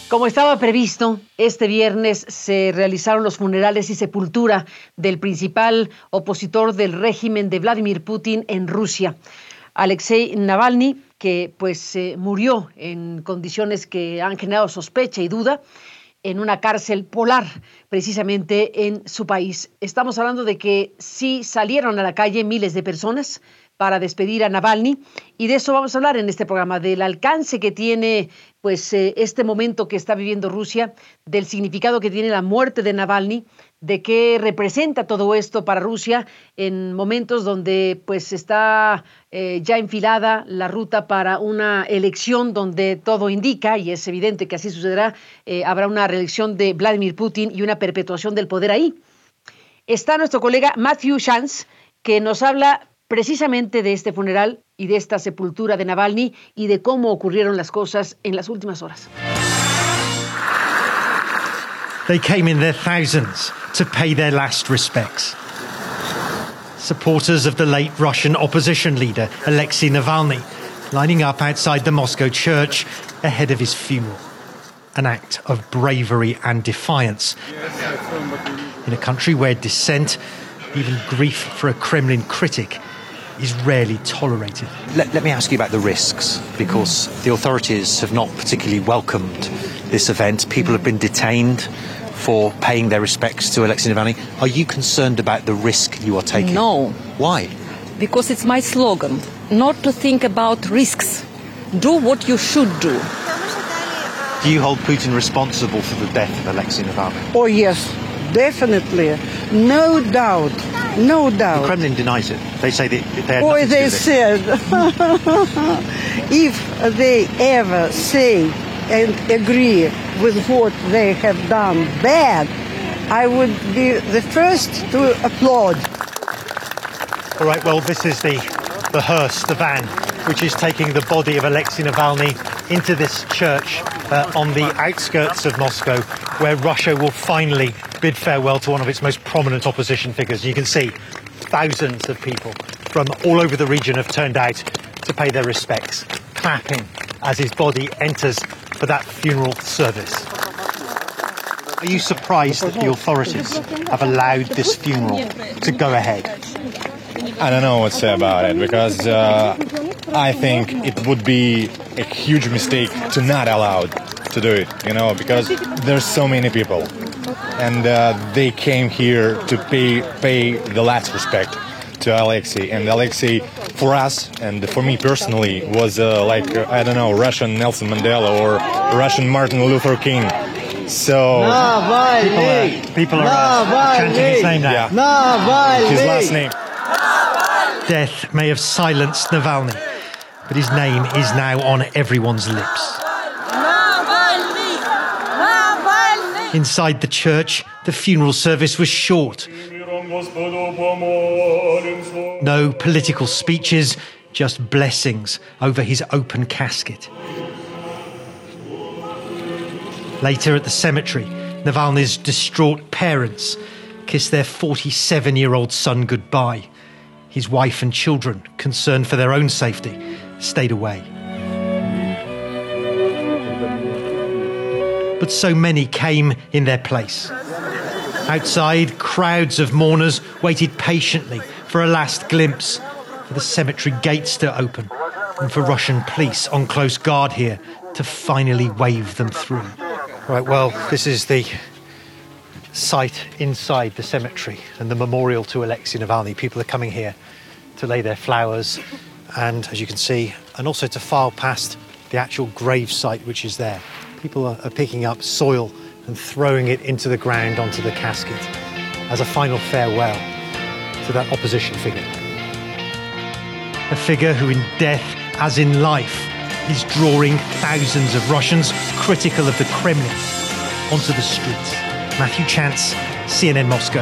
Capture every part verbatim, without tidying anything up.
Como estaba previsto, este viernes se realizaron los funerales y sepultura del principal opositor del régimen de Vladimir Putin en Rusia, Alexei Navalny, que pues eh, murió en condiciones que han generado sospecha y duda en una cárcel polar, precisamente en su país. Estamos hablando de que sí salieron a la calle miles de personas para despedir a Navalny, y de eso vamos a hablar en este programa, del alcance que tiene pues eh, este momento que está viviendo Rusia, del significado que tiene la muerte de Navalny, de qué representa todo esto para Rusia en momentos donde pues está eh, ya enfilada la ruta para una elección donde todo indica, y es evidente que así sucederá, eh, habrá una reelección de Vladimir Putin y una perpetuación del poder ahí. Está nuestro colega Matthew Shantz, que nos habla precisamente de este funeral y de esta sepultura de Navalny y de cómo ocurrieron las cosas en las últimas horas. They came in their thousands to pay their last respects. Supporters of the late Russian opposition leader, Alexei Navalny, lining up outside the Moscow church ahead of his funeral. An act of bravery and defiance in a country where dissent, even grief for a Kremlin critic, is rarely tolerated. Let, let me ask you about the risks, because the authorities have not particularly welcomed this event. People have been detained for paying their respects to Alexei Navalny. Are you concerned about the risk you are taking? No. Why? Because it's my slogan, not to think about risks. Do what you should do. Do you hold Putin responsible for the death of Alexei Navalny? Oh, yes, definitely. No doubt. No doubt. The Kremlin denies it. They say that they had Oh, nothing to they do with said, if they ever say and agree with what they have done bad, I would be the first to applaud. All right, well, this is the, the hearse, the van, which is taking the body of Alexei Navalny into this church uh, on the outskirts of Moscow, where Russia will finally bid farewell to one of its most prominent opposition figures. You can see thousands of people from all over the region have turned out to pay their respects, clapping as his body enters for that funeral service. Are you surprised that the authorities have allowed this funeral to go ahead? I don't know what to say about it, because uh, I think it would be a huge mistake to not allow to do it, you know, because there's so many people, and uh, they came here to pay pay the last respect to Alexei. And Alexei, for us and for me personally, was uh, like uh, I don't know, Russian Nelson Mandela or Russian Martin Luther King. So Navalny. People are, people are uh, chanting his name now. Yeah. Navalny. His last name. Death may have silenced Navalny, but his name is now on everyone's lips. Navalny! Navalny! Inside the church, the funeral service was short. No political speeches, just blessings over his open casket. Later at the cemetery, Navalny's distraught parents kissed their forty-seven-year-old son goodbye. His wife and children, concerned for their own safety, stayed away. But so many came in their place. Outside, crowds of mourners waited patiently for a last glimpse, for the cemetery gates to open, and for Russian police on close guard here to finally wave them through. Right, well, this is the site inside the cemetery and the memorial to Alexei Navalny. People are coming here to lay their flowers and, as you can see, and also to file past the actual grave site which is there. People are, are picking up soil and throwing it into the ground onto the casket as a final farewell to that opposition figure. A figure who in death, as in life, is drawing thousands of Russians critical of the Kremlin onto the streets. Matthew Chance, C N N Moscow.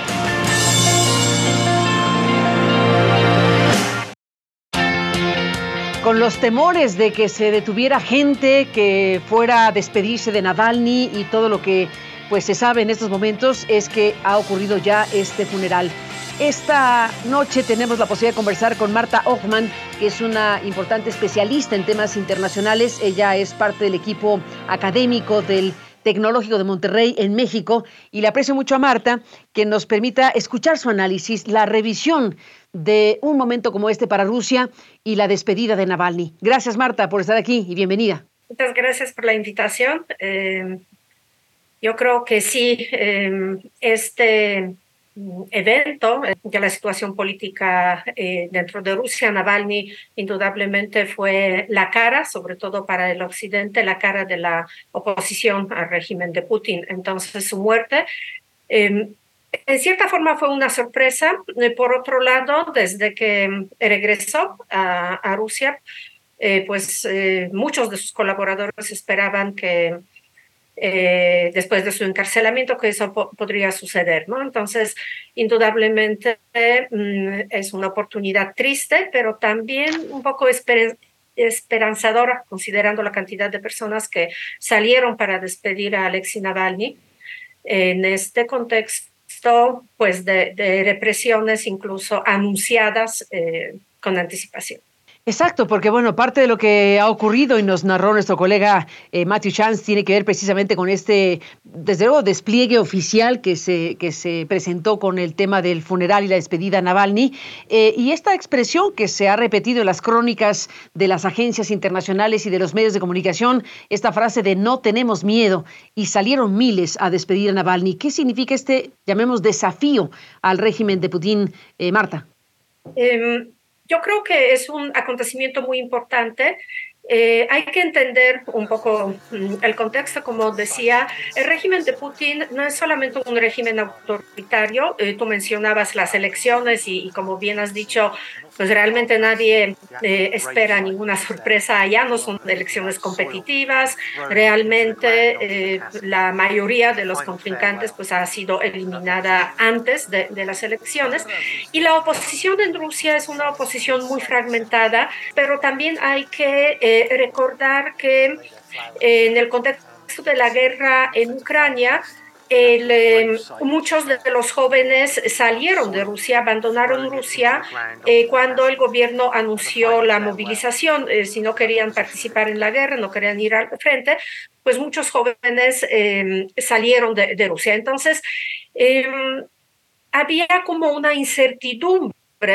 Con los temores de que se detuviera gente que fuera a despedirse de Navalny y todo lo que pues se sabe en estos momentos es que ha ocurrido ya este funeral. Esta noche tenemos la posibilidad de conversar con Marta Hochman, que es una importante especialista en temas internacionales. Ella es parte del equipo académico del Tecnológico de Monterrey en México, y le aprecio mucho a Marta que nos permita escuchar su análisis, la revisión de un momento como este para Rusia y la despedida de Navalny. Gracias, Marta, por estar aquí y bienvenida. Muchas gracias por la invitación. Eh, yo creo que sí, eh, este evento de la situación política eh, dentro de Rusia, Navalny indudablemente fue la cara, sobre todo para el occidente, la cara de la oposición al régimen de Putin. Entonces su muerte eh, en cierta forma fue una sorpresa. Eh, por otro lado, desde que regresó a, a Rusia, eh, pues eh, muchos de sus colaboradores esperaban que Eh, después de su encarcelamiento, que eso po- podría suceder, ¿no? Entonces, indudablemente mm, es una oportunidad triste, pero también un poco esper- esperanzadora, considerando la cantidad de personas que salieron para despedir a Alexei Navalny en este contexto, pues, de, de represiones incluso anunciadas eh, con anticipación. Exacto, porque bueno, parte de lo que ha ocurrido y nos narró nuestro colega eh, Matthew Chance tiene que ver precisamente con este, desde luego, despliegue oficial que se, que se presentó con el tema del funeral y la despedida a Navalny, eh, y esta expresión que se ha repetido en las crónicas de las agencias internacionales y de los medios de comunicación, esta frase de no tenemos miedo, y salieron miles a despedir a Navalny. ¿Qué significa este, llamemos, desafío al régimen de Putin, eh, Marta? Eh, Yo creo que es un acontecimiento muy importante. Eh, hay que entender un poco mm, el contexto. Como decía, el régimen de Putin no es solamente un régimen autoritario. Eh, tú mencionabas las elecciones y, y como bien has dicho, pues realmente nadie eh, espera ninguna sorpresa. Ya no son elecciones competitivas. Realmente eh, la mayoría de los contrincantes pues ha sido eliminada antes de, de las elecciones. Y la oposición en Rusia es una oposición muy fragmentada, pero también hay que eh, recordar que eh, en el contexto de la guerra en Ucrania, El, eh, muchos de los jóvenes salieron de Rusia, abandonaron Rusia eh, cuando el gobierno anunció la movilización. Eh, si no querían participar en la guerra, no querían ir al frente, pues muchos jóvenes eh, salieron de, de Rusia. Entonces, eh, había como una incertidumbre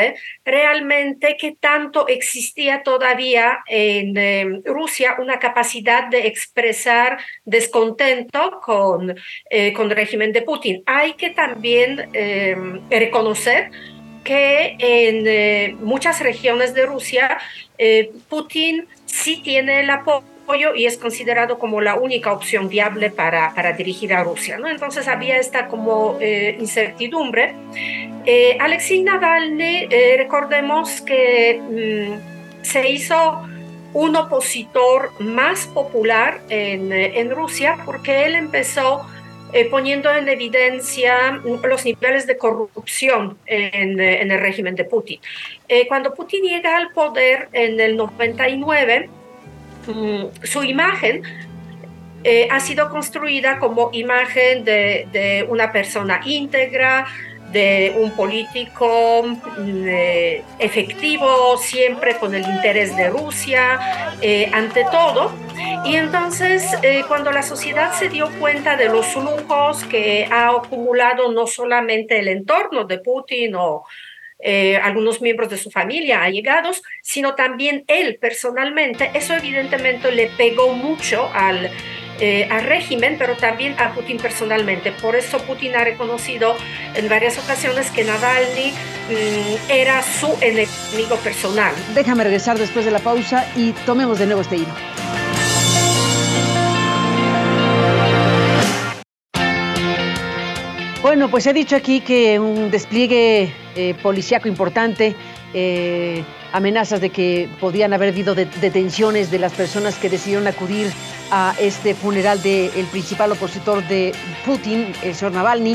realmente qué tanto existía todavía en eh, Rusia una capacidad de expresar descontento con, eh, con el régimen de Putin. Hay que también eh, reconocer que en eh, muchas regiones de Rusia eh, Putin sí tiene el apoyo y es considerado como la única opción viable para, para dirigir a Rusia, ¿no? Entonces había esta como eh, incertidumbre. Eh, Alexei Navalny, eh, recordemos que mmm, se hizo un opositor más popular en, en Rusia porque él empezó eh, poniendo en evidencia los niveles de corrupción en, en el régimen de Putin. Eh, cuando Putin llega al poder en el noventa y nueve, mmm, su imagen eh, ha sido construida como imagen de, de una persona íntegra, de un político eh, efectivo, siempre con el interés de Rusia, eh, ante todo. Y entonces, eh, cuando la sociedad se dio cuenta de los lujos que ha acumulado no solamente el entorno de Putin o eh, algunos miembros de su familia allegados, sino también él personalmente, eso evidentemente le pegó mucho al Eh, al régimen, pero también a Putin personalmente. Por eso Putin ha reconocido en varias ocasiones que Navalny mmm, era su enemigo personal. Déjame regresar después de la pausa y tomemos de nuevo este hilo. Bueno, pues he dicho aquí que un despliegue eh, policíaco importante, eh, amenazas de que podían haber habido de, detenciones de las personas que decidieron acudir a este funeral del principal opositor de Putin, el señor Navalny.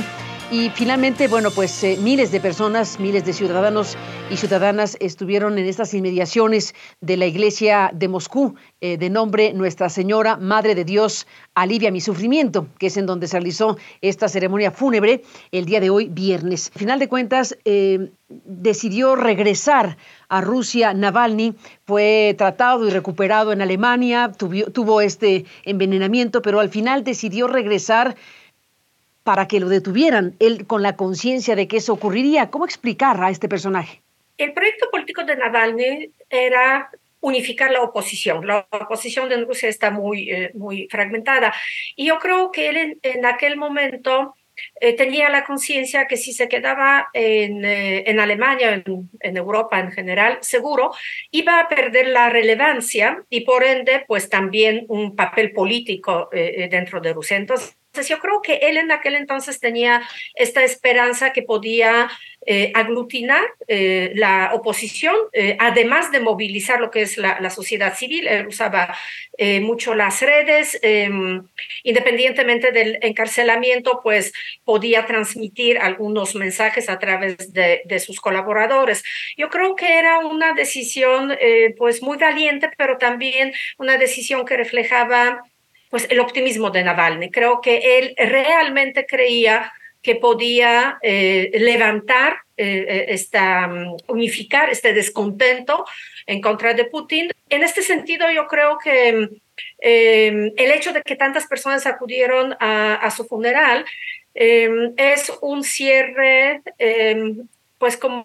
Y finalmente, bueno, pues eh, miles de personas, miles de ciudadanos y ciudadanas estuvieron en estas inmediaciones de la iglesia de Moscú, eh, de nombre Nuestra Señora, Madre de Dios, alivia mi sufrimiento, que es en donde se realizó esta ceremonia fúnebre el día de hoy, viernes. Al final de cuentas, eh, decidió regresar a Rusia. Navalny fue tratado y recuperado en Alemania, tuvo, tuvo este envenenamiento, pero al final decidió regresar para que lo detuvieran, él con la conciencia de que eso ocurriría. ¿Cómo explicar a este personaje? El proyecto político de Navalny era unificar la oposición. La oposición en Rusia está muy, eh, muy fragmentada. Y yo creo que él en, en aquel momento eh, tenía la conciencia que si se quedaba en, eh, en Alemania, en, en Europa en general, seguro, iba a perder la relevancia y por ende, pues también un papel político eh, dentro de Rusia. Entonces, yo creo que él en aquel entonces tenía esta esperanza que podía eh, aglutinar eh, la oposición, eh, además de movilizar lo que es la, la sociedad civil. Él usaba eh, mucho las redes, eh, independientemente del encarcelamiento, pues podía transmitir algunos mensajes a través de, de sus colaboradores. Yo creo que era una decisión eh, pues muy valiente, pero también una decisión que reflejaba pues el optimismo de Navalny. Creo que él realmente creía que podía eh, levantar, eh, esta, unificar este descontento en contra de Putin. En este sentido, yo creo que eh, el hecho de que tantas personas acudieron a, a su funeral eh, es un cierre, eh, pues como,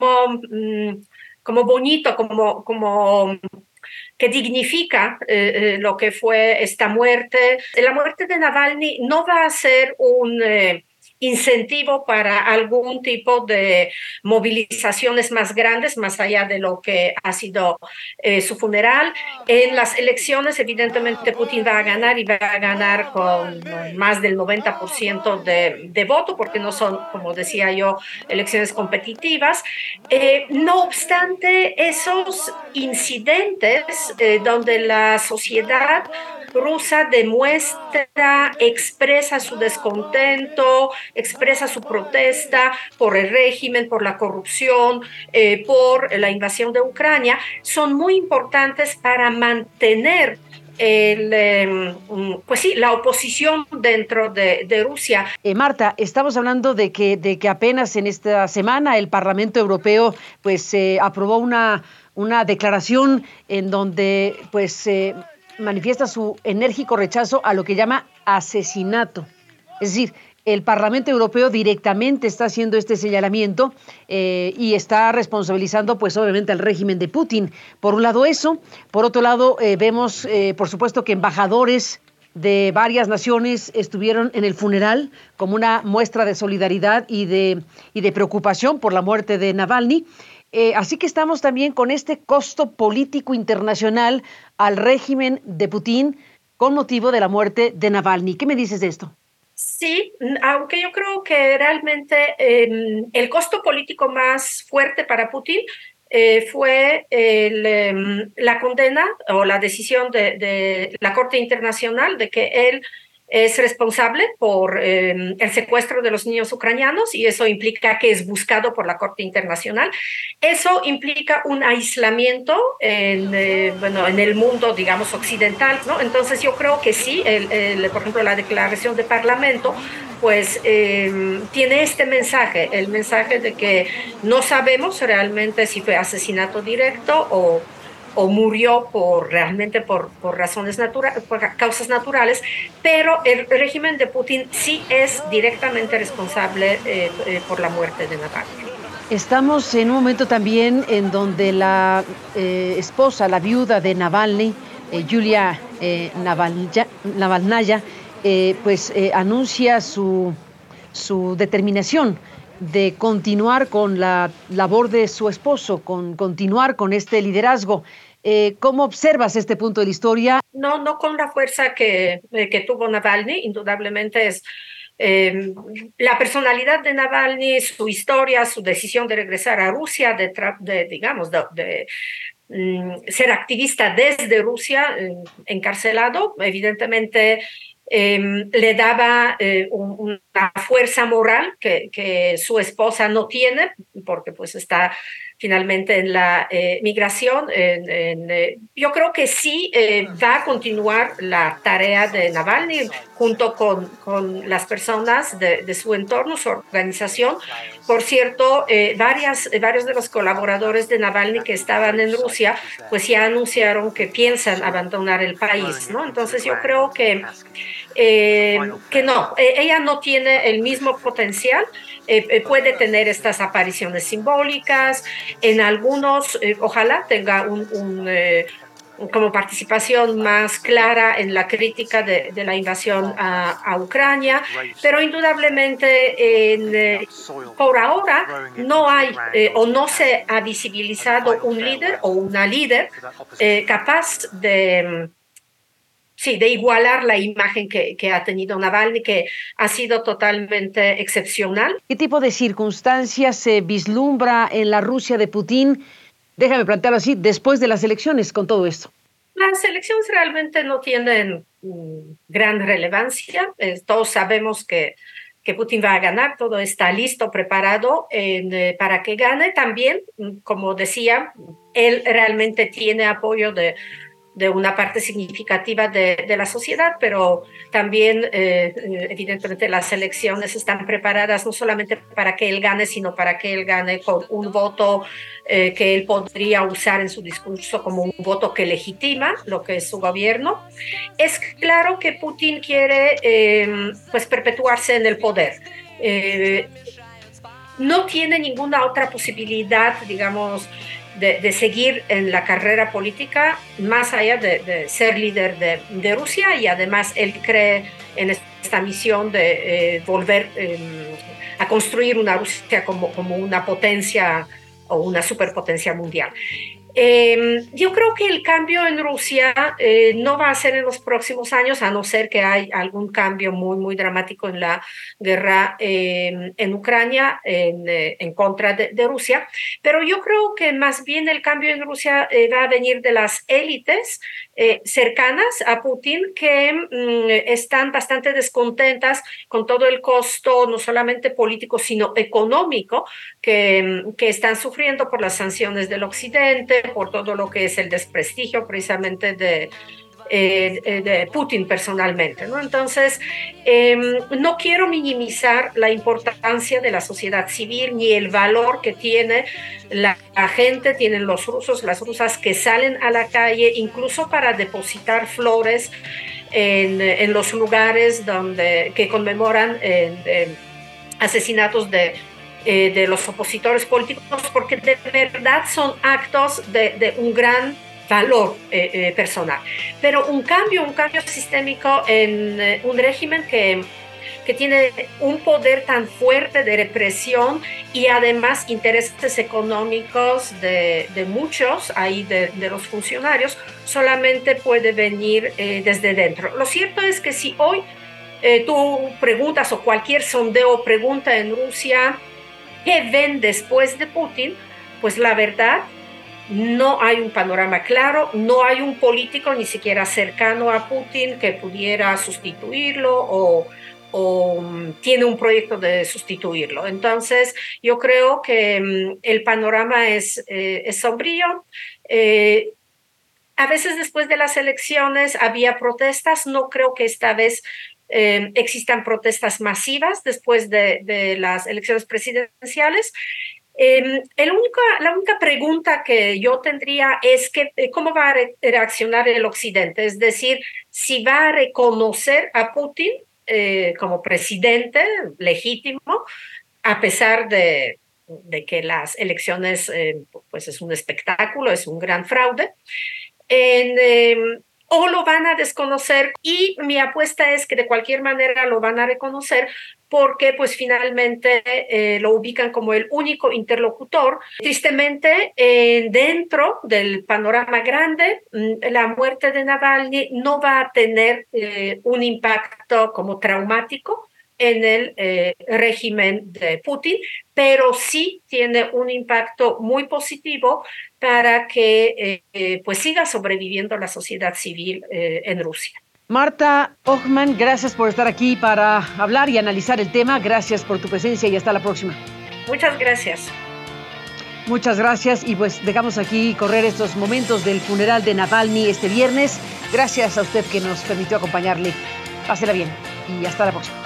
como bonito, como... como que dignifica eh, eh, lo que fue esta muerte. La muerte de Navalny no va a ser un eh, incentivo para algún tipo de movilizaciones más grandes, más allá de lo que ha sido eh, su funeral. En las elecciones, evidentemente, Putin va a ganar y va a ganar con más del noventa por ciento de, de voto, porque no son, como decía yo, elecciones competitivas. Eh, no obstante, esos incidentes eh, donde la sociedad rusa demuestra, expresa su descontento, expresa su protesta por el régimen, por la corrupción, eh, por la invasión de Ucrania, son muy importantes para mantener el, eh, pues sí, la oposición dentro de, de Rusia. Eh, Marta, estamos hablando de que, de que apenas en esta semana el Parlamento Europeo pues eh, aprobó una, una declaración en donde pues eh, manifiesta su enérgico rechazo a lo que llama asesinato. Es decir, el Parlamento Europeo directamente está haciendo este señalamiento eh, y está responsabilizando, pues obviamente, al régimen de Putin. Por un lado eso, por otro lado eh, vemos, eh, por supuesto, que embajadores de varias naciones estuvieron en el funeral como una muestra de solidaridad y de, y de preocupación por la muerte de Navalny. Eh, así que estamos también con este costo político internacional al régimen de Putin con motivo de la muerte de Navalny. ¿Qué me dices de esto? Sí, aunque yo creo que realmente eh, el costo político más fuerte para Putin eh, fue el, eh, la condena o la decisión de, de la Corte Internacional de que él es responsable por eh, el secuestro de los niños ucranianos, y eso implica que es buscado por la Corte Internacional. Eso implica un aislamiento en, eh, bueno, en el mundo, digamos, occidental, ¿no? Entonces yo creo que sí, el, el, por ejemplo, la declaración de Parlamento, pues eh, tiene este mensaje, el mensaje de que no sabemos realmente si fue asesinato directo o o murió por realmente por, por razones naturales, por causas naturales, pero el régimen de Putin sí es directamente responsable eh, eh, por la muerte de Navalny. Estamos en un momento también en donde la eh, esposa, la viuda de Navalny, eh, Yulia eh, Navalnaya, Navalnaya eh, pues eh, anuncia su, su determinación de continuar con la labor de su esposo, con continuar con este liderazgo. Eh, ¿Cómo observas este punto de la historia? No, no con la fuerza que, eh, que tuvo Navalny, indudablemente es eh, la personalidad de Navalny, su historia, su decisión de regresar a Rusia, de, de digamos, de, de um, ser activista desde Rusia, eh, encarcelado, evidentemente eh, le daba eh, un, una fuerza moral que, que su esposa no tiene, porque pues está finalmente en la eh, migración. En, en, eh, yo creo que sí eh, va a continuar la tarea de Navalny junto con, con las personas de, de su entorno, su organización. Por cierto, eh, varias, eh, varios de los colaboradores de Navalny que estaban en Rusia, pues ya anunciaron que piensan abandonar el país, ¿no? Entonces yo creo que Eh, que no, eh, ella no tiene el mismo potencial, eh, eh, puede tener estas apariciones simbólicas, en algunos, eh, ojalá tenga un, un eh, como participación más clara en la crítica de, de la invasión a, a Ucrania, pero indudablemente en, eh, por ahora no hay eh, o no se ha visibilizado un líder o una líder eh, capaz de Sí, de igualar la imagen que, que ha tenido Navalny, que ha sido totalmente excepcional. ¿Qué tipo de circunstancias se vislumbra en la Rusia de Putin? Déjame plantearlo así, después de las elecciones, con todo esto. Las elecciones realmente no tienen mm, gran relevancia. Eh, todos sabemos que, que Putin va a ganar, todo está listo, preparado en, eh, para que gane. También, como decía, él realmente tiene apoyo de de una parte significativa de, de la sociedad, pero también eh, evidentemente las elecciones están preparadas no solamente para que él gane, sino para que él gane con un voto eh, que él podría usar en su discurso como un voto que legitima lo que es su gobierno. Es claro que Putin quiere eh, pues perpetuarse en el poder. Eh, no tiene ninguna otra posibilidad, digamos, De, de seguir en la carrera política más allá de, de ser líder de, de Rusia, y además él cree en esta misión de eh, volver eh, a construir una Rusia como, como una potencia o una superpotencia mundial. Eh, yo creo que el cambio en Rusia eh, no va a ser en los próximos años, a no ser que haya algún cambio muy, muy dramático en la guerra eh, en Ucrania en, eh, en contra de, de Rusia. Pero yo creo que más bien el cambio en Rusia eh, va a venir de las élites eh, cercanas a Putin, que mm, están bastante descontentas con todo el costo, no solamente político, sino económico, que, que están sufriendo por las sanciones del Occidente, por todo lo que es el desprestigio precisamente de, eh, de Putin personalmente, ¿no? Entonces, eh, no quiero minimizar la importancia de la sociedad civil ni el valor que tiene la, la gente, tienen los rusos, las rusas que salen a la calle incluso para depositar flores en, en los lugares donde, que conmemoran eh, eh, asesinatos de Eh, de los opositores políticos, porque de verdad son actos de, de un gran valor eh, eh, personal. Pero un cambio, un cambio sistémico en eh, un régimen que, que tiene un poder tan fuerte de represión y además intereses económicos de, de muchos ahí de, de los funcionarios, solamente puede venir eh, desde dentro. Lo cierto es que si hoy eh, tú preguntas o cualquier sondeo pregunta en Rusia ¿qué ven después de Putin? Pues la verdad, no hay un panorama claro, no hay un político ni siquiera cercano a Putin que pudiera sustituirlo o, o um, tiene un proyecto de sustituirlo. Entonces, yo creo que um, el panorama es, eh, es sombrío. Eh, a veces después de las elecciones había protestas, no creo que esta vez Eh, existan protestas masivas después de, de las elecciones presidenciales. Eh, el único, la única pregunta que yo tendría es que, cómo va a re reaccionar el Occidente, es decir, si va a reconocer a Putin eh, como presidente legítimo, a pesar de, de que las elecciones eh, pues es un espectáculo, es un gran fraude. En, eh, o lo van a desconocer, y mi apuesta es que de cualquier manera lo van a reconocer porque pues finalmente eh, lo ubican como el único interlocutor. Tristemente, eh, dentro del panorama grande, la muerte de Navalny no va a tener eh, un impacto como traumático en el eh, régimen de Putin, pero sí tiene un impacto muy positivo para que eh, pues siga sobreviviendo la sociedad civil eh, en Rusia. Marta Hochman, gracias por estar aquí para hablar y analizar el tema. Gracias por tu presencia y hasta la próxima. Muchas gracias. Muchas gracias y pues dejamos aquí correr estos momentos del funeral de Navalny este viernes. Gracias a usted que nos permitió acompañarle. Pásela bien y hasta la próxima.